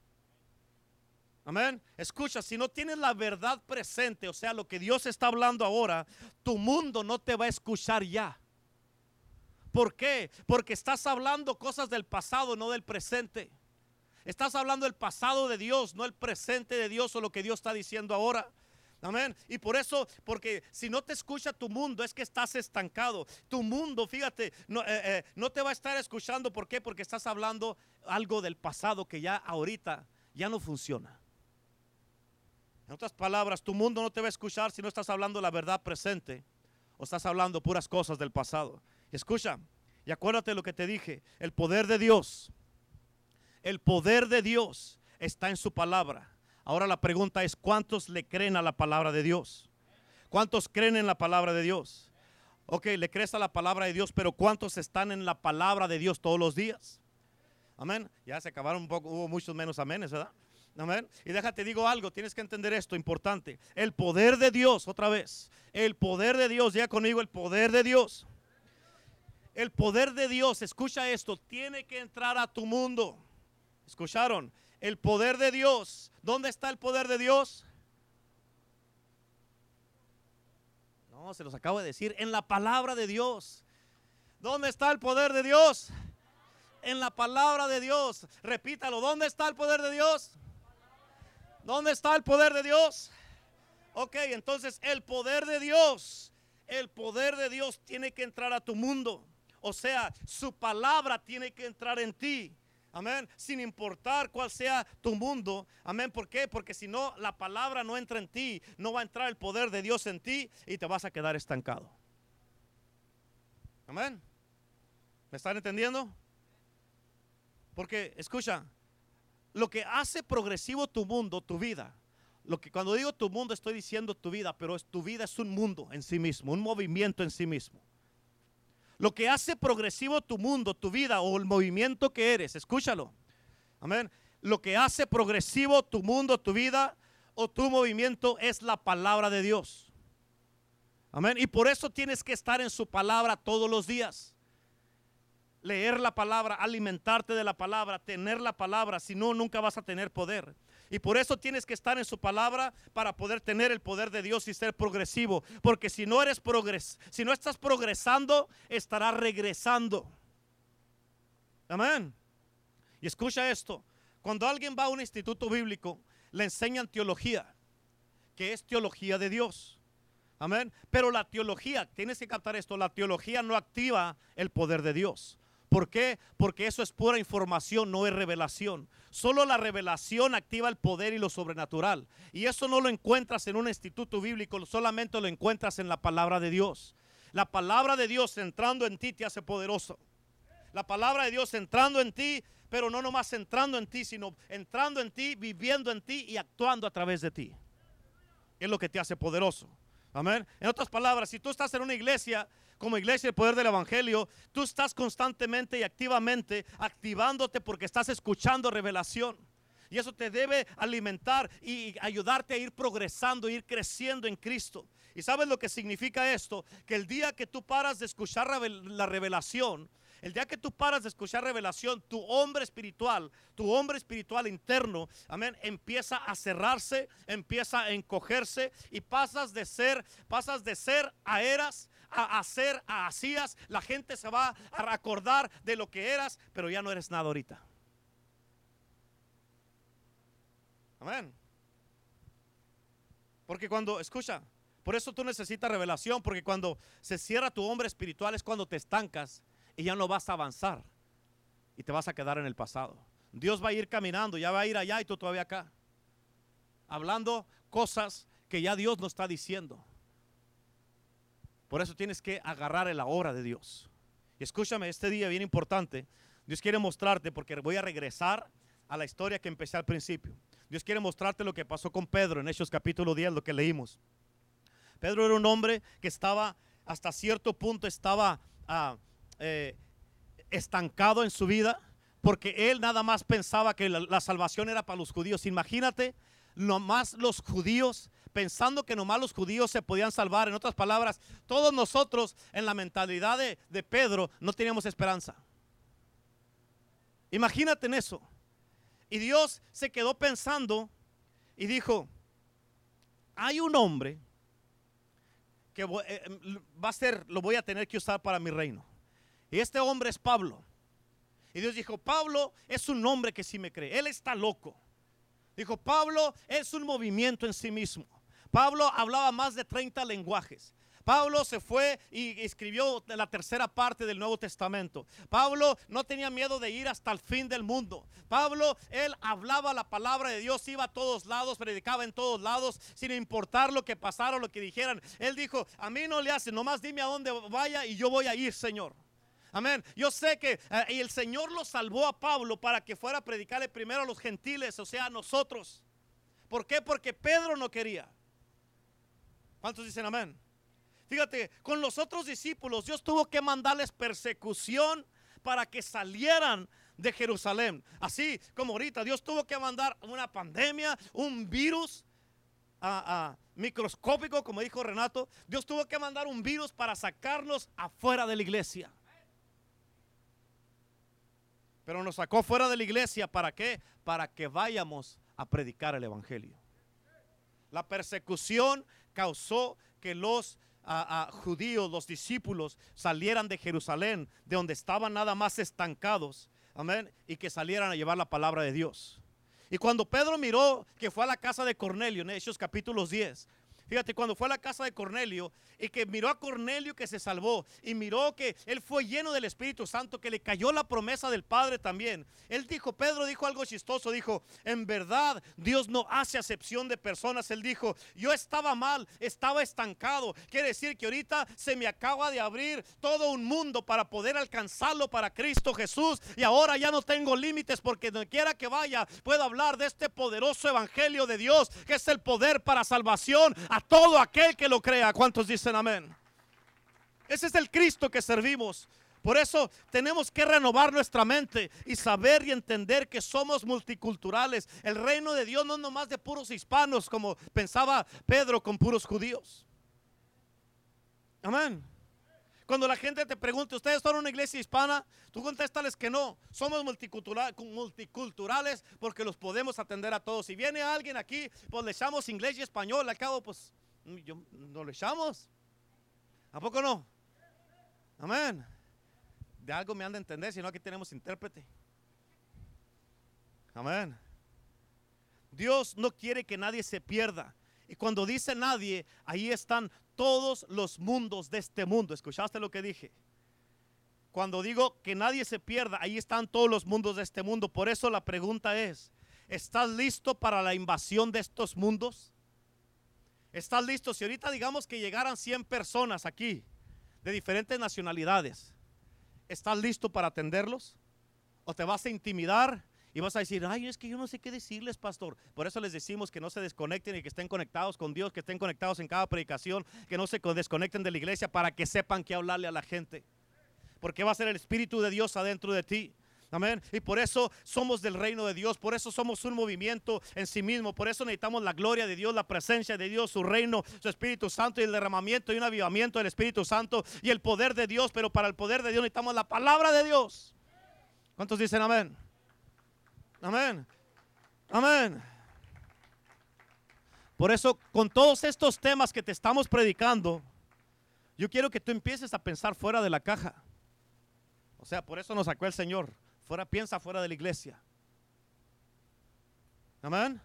Amén. Escucha, si no tienes la verdad presente, o sea, lo que Dios está hablando ahora, tu mundo no te va a escuchar ya. ¿Por qué? Porque estás hablando cosas del pasado, no del presente. Estás hablando del pasado de Dios, no el presente de Dios o lo que Dios está diciendo ahora. Amén. Y por eso, porque si no te escucha tu mundo, es que estás estancado. Tu mundo, fíjate, no, eh, eh, no te va a estar escuchando. ¿Por qué? Porque estás hablando algo del pasado que ya ahorita ya no funciona. En otras palabras, tu mundo no te va a escuchar si no estás hablando la verdad presente o estás hablando puras cosas del pasado. Escucha, y acuérdate lo que te dije, el poder de Dios, el poder de Dios está en su palabra. Ahora la pregunta es, ¿cuántos le creen a la palabra de Dios? ¿Cuántos creen en la palabra de Dios? Ok, le crees a la palabra de Dios, pero ¿cuántos están en la palabra de Dios todos los días? Amén. Ya se acabaron un poco, hubo muchos menos amenes, ¿verdad? Amén. Y déjate digo algo, tienes que entender esto importante. El poder de Dios, otra vez, el poder de Dios, ya conmigo, el poder de Dios. El poder de Dios, escucha esto, tiene que entrar a tu mundo. ¿Escucharon? El poder de Dios. ¿Dónde está el poder de Dios? No, se los acabo de decir, en la palabra de Dios. ¿Dónde está el poder de Dios? En la palabra de Dios. Repítalo, ¿dónde está el poder de Dios? ¿Dónde está el poder de Dios? Ok, entonces el poder de Dios, el poder de Dios tiene que entrar a tu mundo. O sea, su palabra tiene que entrar en ti. Amén. Sin importar cuál sea tu mundo. Amén. ¿Por qué? Porque si no, la palabra no entra en ti. No va a entrar el poder de Dios en ti y te vas a quedar estancado. Amén. ¿Me están entendiendo? Porque, escucha, lo que hace progresivo tu mundo, tu vida. Lo que cuando digo tu mundo estoy diciendo tu vida, pero es, tu vida es un mundo en sí mismo, un movimiento en sí mismo. Lo que hace progresivo tu mundo, tu vida o el movimiento que eres, escúchalo. Amén. Lo que hace progresivo tu mundo, tu vida o tu movimiento es la palabra de Dios. Amén. Y por eso tienes que estar en su palabra todos los días. Leer la palabra, alimentarte de la palabra, tener la palabra, si no, nunca vas a tener poder. Y por eso tienes que estar en su palabra para poder tener el poder de Dios y ser progresivo. Porque si no eres progres, si no estás progresando, estarás regresando. Amén. Y escucha esto. Cuando alguien va a un instituto bíblico, le enseñan teología, que es teología de Dios. Amén. Pero la teología, tienes que captar esto, la teología no activa el poder de Dios. ¿Por qué? Porque eso es pura información, no es revelación. Solo la revelación activa el poder y lo sobrenatural. Y eso no lo encuentras en un instituto bíblico, solamente lo encuentras en la palabra de Dios. La palabra de Dios entrando en ti te hace poderoso. La palabra de Dios entrando en ti, pero no nomás entrando en ti, sino entrando en ti, viviendo en ti y actuando a través de ti. Es lo que te hace poderoso. Amén. En otras palabras, si tú estás en una iglesia, como iglesia del poder del evangelio, tú estás constantemente y activamente activándote porque estás escuchando revelación. Y eso te debe alimentar y ayudarte a ir progresando, ir creciendo en Cristo. ¿Y sabes lo que significa esto? Que el día que tú paras de escuchar la revelación, el día que tú paras de escuchar revelación, tu hombre espiritual, tu hombre espiritual interno, amén, empieza a cerrarse, empieza a encogerse y pasas de ser, pasas de ser a eras, a hacer, a hacías. La gente se va a acordar de lo que eras, pero ya no eres nada ahorita. Amén. Porque cuando, escucha, por eso tú necesitas revelación, porque cuando se cierra tu hombre espiritual es cuando te estancas y ya no vas a avanzar y te vas a quedar en el pasado. Dios va a ir caminando, ya va a ir allá y tú todavía acá, hablando cosas que ya Dios nos está diciendo. Por eso tienes que agarrar en la obra de Dios. Y escúchame, este día bien importante, Dios quiere mostrarte, porque voy a regresar a la historia que empecé al principio. Dios quiere mostrarte lo que pasó con Pedro en Hechos capítulo diez, lo que leímos. Pedro era un hombre que estaba, hasta cierto punto estaba uh, eh, estancado en su vida, porque él nada más pensaba que la, la salvación era para los judíos. Imagínate, nomás los judíos, pensando que nomás los judíos se podían salvar. En otras palabras, todos nosotros en la mentalidad de, de Pedro no teníamos esperanza. Imagínate en eso. Y Dios se quedó pensando y dijo: hay un hombre que va a ser, lo voy a tener que usar para mi reino. Y este hombre es Pablo. Y Dios dijo: Pablo es un hombre que sí me cree. Él está loco. Dijo: Pablo es un movimiento en sí mismo. Pablo hablaba más de treinta lenguajes. Pablo se fue y escribió la tercera parte del Nuevo Testamento. Pablo no tenía miedo de ir hasta el fin del mundo. Pablo, él hablaba la palabra de Dios, iba a todos lados, predicaba en todos lados, sin importar lo que pasara o lo que dijeran. Él dijo: a mí no le hace, nomás dime a dónde vaya y yo voy a ir, Señor. Amén. Yo sé que eh, y el Señor lo salvó a Pablo para que fuera a predicarle primero a los gentiles, o sea, a nosotros. ¿Por qué? Porque Pedro no quería. ¿Cuántos dicen amén? Fíjate, con los otros discípulos Dios tuvo que mandarles persecución para que salieran de Jerusalén. Así como ahorita Dios tuvo que mandar una pandemia, un virus uh, uh, microscópico, como dijo Renato. Dios tuvo que mandar un virus para sacarnos afuera de la iglesia. Pero nos sacó fuera de la iglesia, ¿para qué? Para que vayamos a predicar el evangelio. La persecución causó que los a, a judíos, los discípulos, salieran de Jerusalén, de donde estaban nada más estancados, amén, y que salieran a llevar la palabra de Dios. Y cuando Pedro miró que fue a la casa de Cornelio, en Hechos capítulo diez, fíjate, cuando fue a la casa de Cornelio y que miró a Cornelio que se salvó y miró que él fue lleno del Espíritu Santo, que le cayó la promesa del Padre también. Él dijo, Pedro dijo algo chistoso, dijo: en verdad Dios no hace acepción de personas. Él dijo: yo estaba mal, estaba estancado. Quiere decir que ahorita se me acaba de abrir todo un mundo para poder alcanzarlo para Cristo Jesús, y ahora ya no tengo límites, porque donde quiera que vaya puedo hablar de este poderoso evangelio de Dios, que es el poder para salvación a todo aquel que lo crea. ¿Cuántos dicen amén? Ese es el Cristo que servimos. Por eso tenemos que renovar nuestra mente y saber y entender que somos multiculturales. El reino de Dios no es nomás de puros hispanos, como pensaba Pedro, con puros judíos. Amén. Cuando la gente te pregunte, ¿ustedes son una iglesia hispana? Tú contéstales que no. Somos multicultural, multiculturales porque los podemos atender a todos. Si viene alguien aquí, pues le echamos inglés y español. Al cabo, pues yo, no le echamos. ¿A poco no? Amén. De algo me han de entender, si no aquí tenemos intérprete. Amén. Dios no quiere que nadie se pierda. Y cuando dice nadie, ahí están todos los mundos de este mundo. ¿Escuchaste lo que dije? Cuando digo que nadie se pierda, ahí están todos los mundos de este mundo. Por eso la pregunta es, ¿estás listo para la invasión de estos mundos? ¿Estás listo? Si ahorita digamos que llegaran cien personas aquí, de diferentes nacionalidades, ¿estás listo para atenderlos? ¿O te vas a intimidar y vas a decir, ay, es que yo no sé qué decirles, pastor? Por eso les decimos que no se desconecten y que estén conectados con Dios, que estén conectados en cada predicación, que no se desconecten de la iglesia para que sepan qué hablarle a la gente. Porque va a ser el Espíritu de Dios adentro de ti. Amén. Y por eso somos del reino de Dios, por eso somos un movimiento en sí mismo, por eso necesitamos la gloria de Dios, la presencia de Dios, su reino, su Espíritu Santo y el derramamiento y un avivamiento del Espíritu Santo y el poder de Dios. Pero para el poder de Dios necesitamos la palabra de Dios. ¿Cuántos dicen amén? Amén. Amén. Por eso, con todos estos temas que te estamos predicando, yo quiero que tú empieces a pensar fuera de la caja. O sea, por eso nos sacó el Señor. Fuera, piensa fuera de la iglesia. Amén.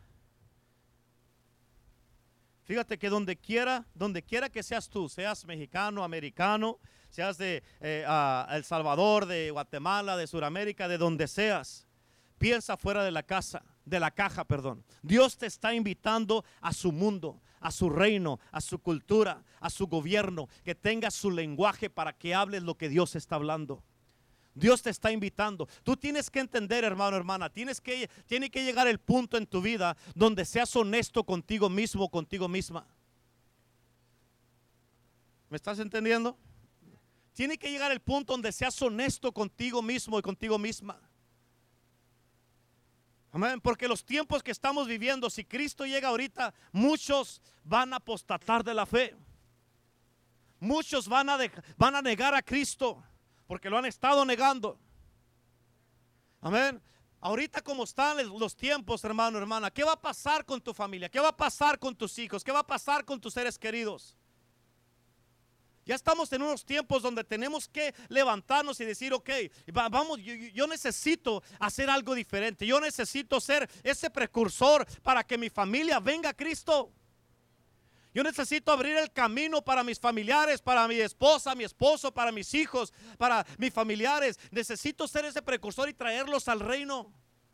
Fíjate que donde quiera, donde quiera que seas tú, seas mexicano, americano, seas de eh, uh, El Salvador, de Guatemala, de Sudamérica, de donde seas, piensa fuera de la casa, de la caja, perdón. Dios te está invitando a su mundo, a su reino, a su cultura, a su gobierno, que tengas su lenguaje para que hables lo que Dios está hablando. Dios te está invitando. Tú tienes que entender, hermano, hermana, tienes que, tiene que llegar el punto en tu vida donde seas honesto contigo mismo, contigo misma. ¿Me estás entendiendo? Tiene que llegar el punto donde seas honesto contigo mismo y contigo misma. Amén. Porque los tiempos que estamos viviendo, si Cristo llega ahorita, muchos van a apostatar de la fe. Muchos van a, de, van a negar a Cristo, porque lo han estado negando. Amén. Ahorita como están los tiempos, hermano, hermana, ¿qué va a pasar con tu familia? ¿Qué va a pasar con tus hijos? ¿Qué va a pasar con tus seres queridos? Ya estamos en unos tiempos donde tenemos que levantarnos y decir, ok, vamos, yo, yo necesito hacer algo diferente. Yo necesito ser ese precursor para que mi familia venga a Cristo. Yo necesito abrir el camino para mis familiares, para mi esposa, mi esposo, para mis hijos, para mis familiares. Necesito ser ese precursor y traerlos al reino.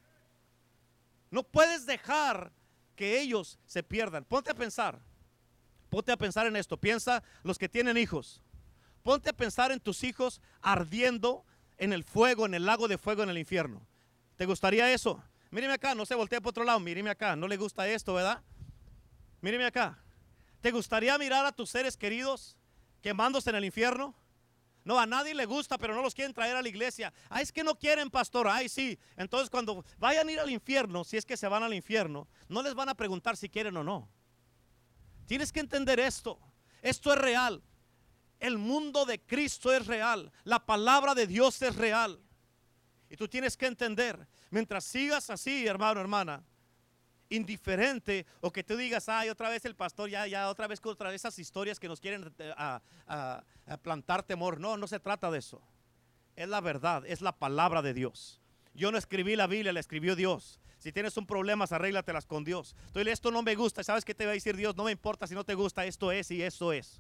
No puedes dejar que ellos se pierdan. Ponte a pensar. Ponte a pensar en esto. Piensa los que tienen hijos. Ponte a pensar en tus hijos ardiendo en el fuego, en el lago de fuego, en el infierno. ¿Te gustaría eso? Míreme acá, no se voltee por otro lado. Míreme acá, no le gusta esto, ¿verdad? Míreme acá. ¿Te gustaría mirar a tus seres queridos quemándose en el infierno? No, a nadie le gusta, pero no los quieren traer a la iglesia. Ah, es que no quieren, pastor. Ay, sí. Entonces cuando vayan a ir al infierno, si es que se van al infierno, no les van a preguntar si quieren o no. Tienes que entender esto. Esto es real. El mundo de Cristo es real. La palabra de Dios es real. Y tú tienes que entender, mientras sigas así, hermano, hermana, indiferente, o que tú digas, ay, otra vez el pastor, ya, ya, otra vez, otra vez esas historias que nos quieren a, a, a plantar temor. No, no se trata de eso. Es la verdad, es la palabra de Dios. Yo no escribí la Biblia, la escribió Dios. Si tienes un problema, arréglatelas con Dios. Entonces, esto no me gusta. ¿Sabes qué te va a decir Dios? No me importa si no te gusta, esto es y esto es.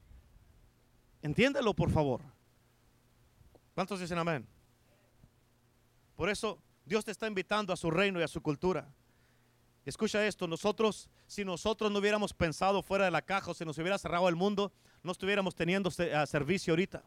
Entiéndelo, por favor. ¿Cuántos dicen amén? Por eso Dios te está invitando a su reino y a su cultura. Escucha esto, nosotros, si nosotros no hubiéramos pensado fuera de la caja, o si nos hubiera cerrado el mundo, no estuviéramos teniendo servicio ahorita.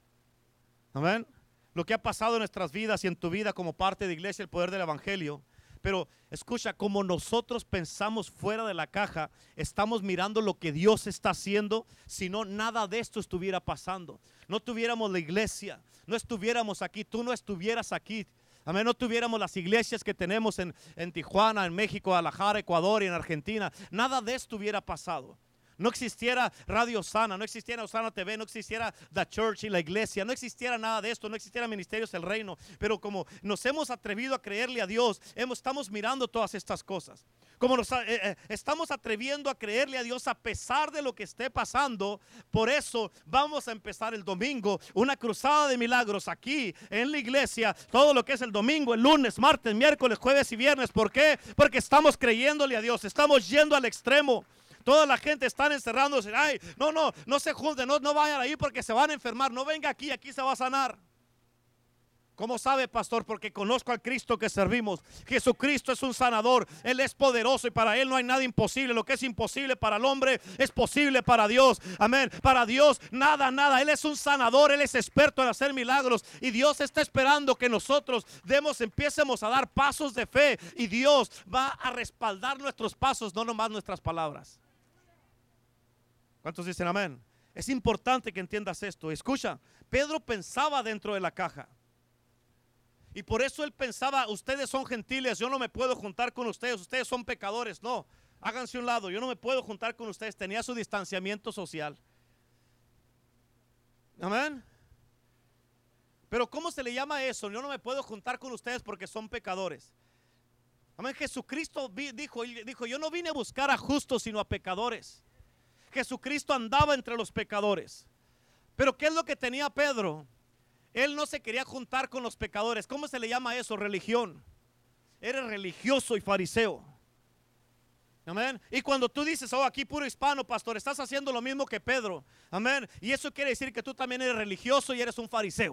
Amén. Lo que ha pasado en nuestras vidas y en tu vida como parte de iglesia, el poder del evangelio, Pero escucha, como nosotros pensamos fuera de la caja, estamos mirando lo que Dios está haciendo. Si no, nada de esto estuviera pasando. No tuviéramos la iglesia, no estuviéramos aquí, tú no estuvieras aquí. Amén, no tuviéramos las iglesias que tenemos en, en Tijuana, en México, Guadalajara, Ecuador y en Argentina. Nada de esto hubiera pasado. No existiera Radio Osana, no existiera Osana T V, no existiera The Church y la iglesia, no existiera nada de esto, no existiera Ministerios del Reino. Pero como nos hemos atrevido a creerle a Dios, hemos, estamos mirando todas estas cosas. Como nos eh, eh, estamos atreviendo a creerle a Dios a pesar de lo que esté pasando. Por eso vamos a empezar el domingo una cruzada de milagros aquí en la iglesia. Todo lo que es el domingo, el lunes, martes, miércoles, jueves y viernes. ¿Por qué? Porque estamos creyéndole a Dios, estamos yendo al extremo. Toda la gente está encerrándose. Ay, no, no, no se junten, no, no vayan ahí porque se van a enfermar. No venga aquí, aquí se va a sanar. ¿Cómo sabe, pastor? Porque conozco al Cristo que servimos. Jesucristo es un sanador. Él es poderoso y para Él no hay nada imposible. Lo que es imposible para el hombre es posible para Dios. Amén. Para Dios nada, nada. Él es un sanador. Él es experto en hacer milagros. Y Dios está esperando que nosotros demos, empiecemos a dar pasos de fe. Y Dios va a respaldar nuestros pasos, no nomás nuestras palabras. ¿Cuántos dicen amén? Es importante que entiendas esto. Escucha, Pedro pensaba dentro de la caja. Y por eso él pensaba, ustedes son gentiles, yo no me puedo juntar con ustedes, ustedes son pecadores. No, háganse un lado, yo no me puedo juntar con ustedes. Tenía su distanciamiento social. Amén. Pero ¿cómo se le llama eso? Yo no me puedo juntar con ustedes porque son pecadores. Amén. Jesucristo dijo, dijo, yo no vine a buscar a justos sino a pecadores. Jesucristo andaba entre los pecadores. Pero ¿qué es lo que tenía Pedro? Él no se quería juntar con los pecadores. ¿Cómo se le llama eso? Religión. Era religioso y fariseo. Amén. Y cuando tú dices, oh, aquí puro hispano, pastor, estás haciendo lo mismo que Pedro. Amén. Y eso quiere decir que tú también eres religioso y eres un fariseo.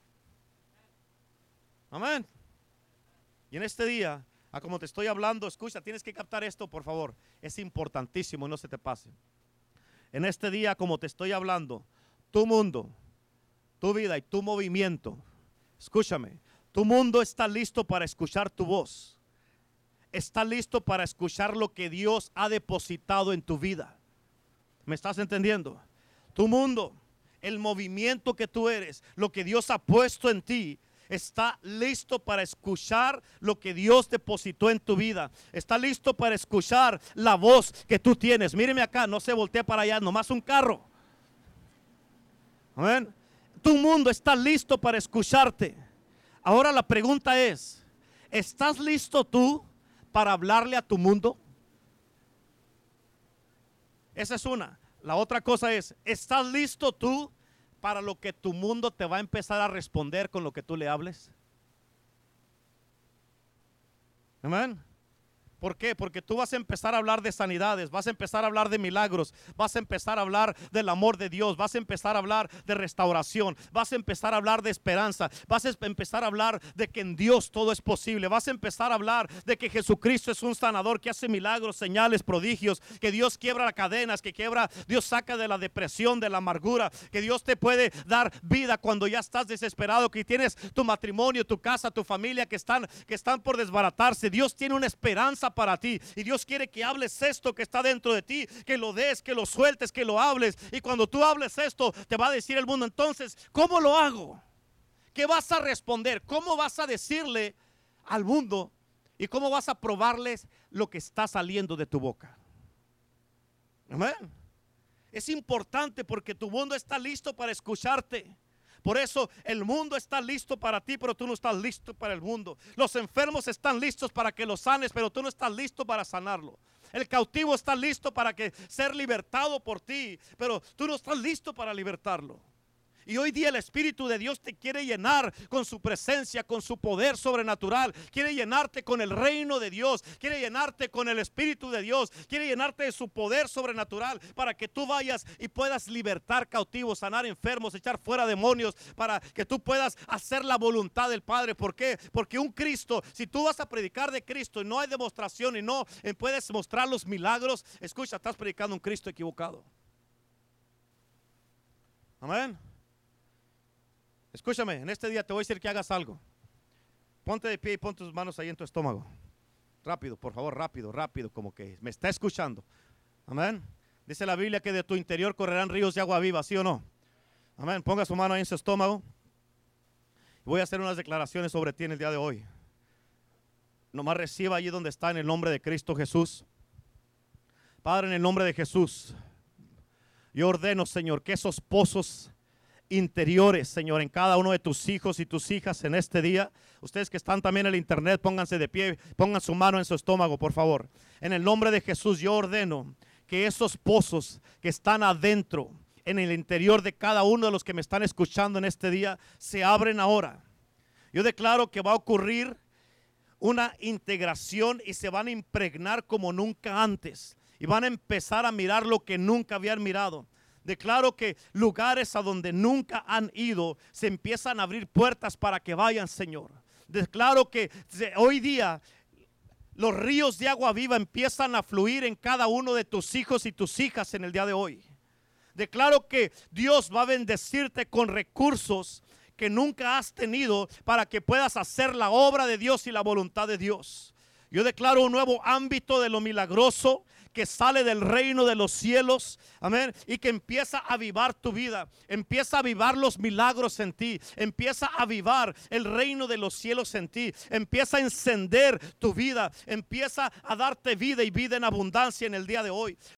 Amén. Y en este día, a como te estoy hablando, escucha, tienes que captar esto, por favor. Es importantísimo, no se te pase. En este día, como te estoy hablando, tu mundo, tu vida y tu movimiento, escúchame, tu mundo está listo para escuchar tu voz. Está listo para escuchar lo que Dios ha depositado en tu vida. ¿Me estás entendiendo? Tu mundo, el movimiento que tú eres, lo que Dios ha puesto en ti, está listo para escuchar lo que Dios depositó en tu vida. Está listo para escuchar la voz que tú tienes. Míreme acá, no se voltee para allá, nomás un carro. Amén. Tu mundo está listo para escucharte. Ahora la pregunta es, ¿estás listo tú para hablarle a tu mundo? Esa es una. La otra cosa es, ¿estás listo tú para lo que tu mundo te va a empezar a responder con lo que tú le hables? Amén. ¿Por qué? Porque tú vas a empezar a hablar de sanidades, vas a empezar a hablar de milagros, vas a empezar a hablar del amor de Dios, vas a empezar a hablar de restauración, vas a empezar a hablar de esperanza, vas a empezar a hablar de que en Dios todo es posible, vas a empezar a hablar de que Jesucristo es un sanador que hace milagros, señales, prodigios, que Dios quiebra las cadenas, que quiebra, Dios saca de la depresión, de la amargura, que Dios te puede dar vida cuando ya estás desesperado, que tienes tu matrimonio, tu casa, tu familia que están, que están por desbaratarse. Dios tiene una esperanza para ti y Dios quiere que hables esto que está dentro de ti, que lo des, que lo sueltes, que lo hables. Y cuando tú hables esto, te va a decir el mundo, entonces, ¿cómo lo hago? ¿Qué vas a responder? ¿Cómo vas a decirle al mundo? ¿Y cómo vas a probarles lo que está saliendo de tu boca? Amén. Es importante porque tu mundo está listo para escucharte. Por eso el mundo está listo para ti, pero tú no estás listo para el mundo. Los enfermos están listos para que los sanes, pero tú no estás listo para sanarlo. El cautivo está listo para que ser libertado por ti, pero tú no estás listo para libertarlo. Y hoy día el Espíritu de Dios te quiere llenar con su presencia, con su poder sobrenatural. Quiere llenarte con el reino de Dios. Quiere llenarte con el Espíritu de Dios. Quiere llenarte de su poder sobrenatural para que tú vayas y puedas libertar cautivos, sanar enfermos, echar fuera demonios, para que tú puedas hacer la voluntad del Padre. ¿Por qué? Porque un Cristo, si tú vas a predicar de Cristo y no hay demostración y no puedes mostrar los milagros, escucha, estás predicando un Cristo equivocado. Amén. Escúchame, en este día te voy a decir que hagas algo. Ponte de pie y pon tus manos ahí en tu estómago. rápido, por favor, rápido, rápido, como que me está escuchando. Amén. Dice la Biblia que de tu interior correrán ríos de agua viva, ¿sí o no? Amén. Ponga su mano ahí en su estómago. Voy a hacer unas declaraciones sobre ti en el día de hoy. Nomás reciba allí donde está, en el nombre de Cristo Jesús. Padre, en el nombre de Jesús, yo ordeno, Señor, que esos pozos interiores, Señor, en cada uno de tus hijos y tus hijas en este día, ustedes que están también en el internet, pónganse de pie, pongan su mano en su estómago, por favor. En el nombre de Jesús, yo ordeno que esos pozos que están adentro, en el interior de cada uno de los que me están escuchando en este día, se abren ahora. Yo declaro que va a ocurrir una integración y se van a impregnar como nunca antes. Y van a empezar a mirar lo que nunca habían mirado. Declaro que lugares a donde nunca han ido, se empiezan a abrir puertas para que vayan, Señor. Declaro que hoy día los ríos de agua viva empiezan a fluir en cada uno de tus hijos y tus hijas en el día de hoy. Declaro que Dios va a bendecirte con recursos que nunca has tenido para que puedas hacer la obra de Dios y la voluntad de Dios. Yo declaro un nuevo ámbito de lo milagroso que sale del reino de los cielos, amén, y que empieza a avivar tu vida, empieza a avivar los milagros en ti, empieza a avivar el reino de los cielos en ti, empieza a encender tu vida, empieza a darte vida y vida en abundancia en el día de hoy.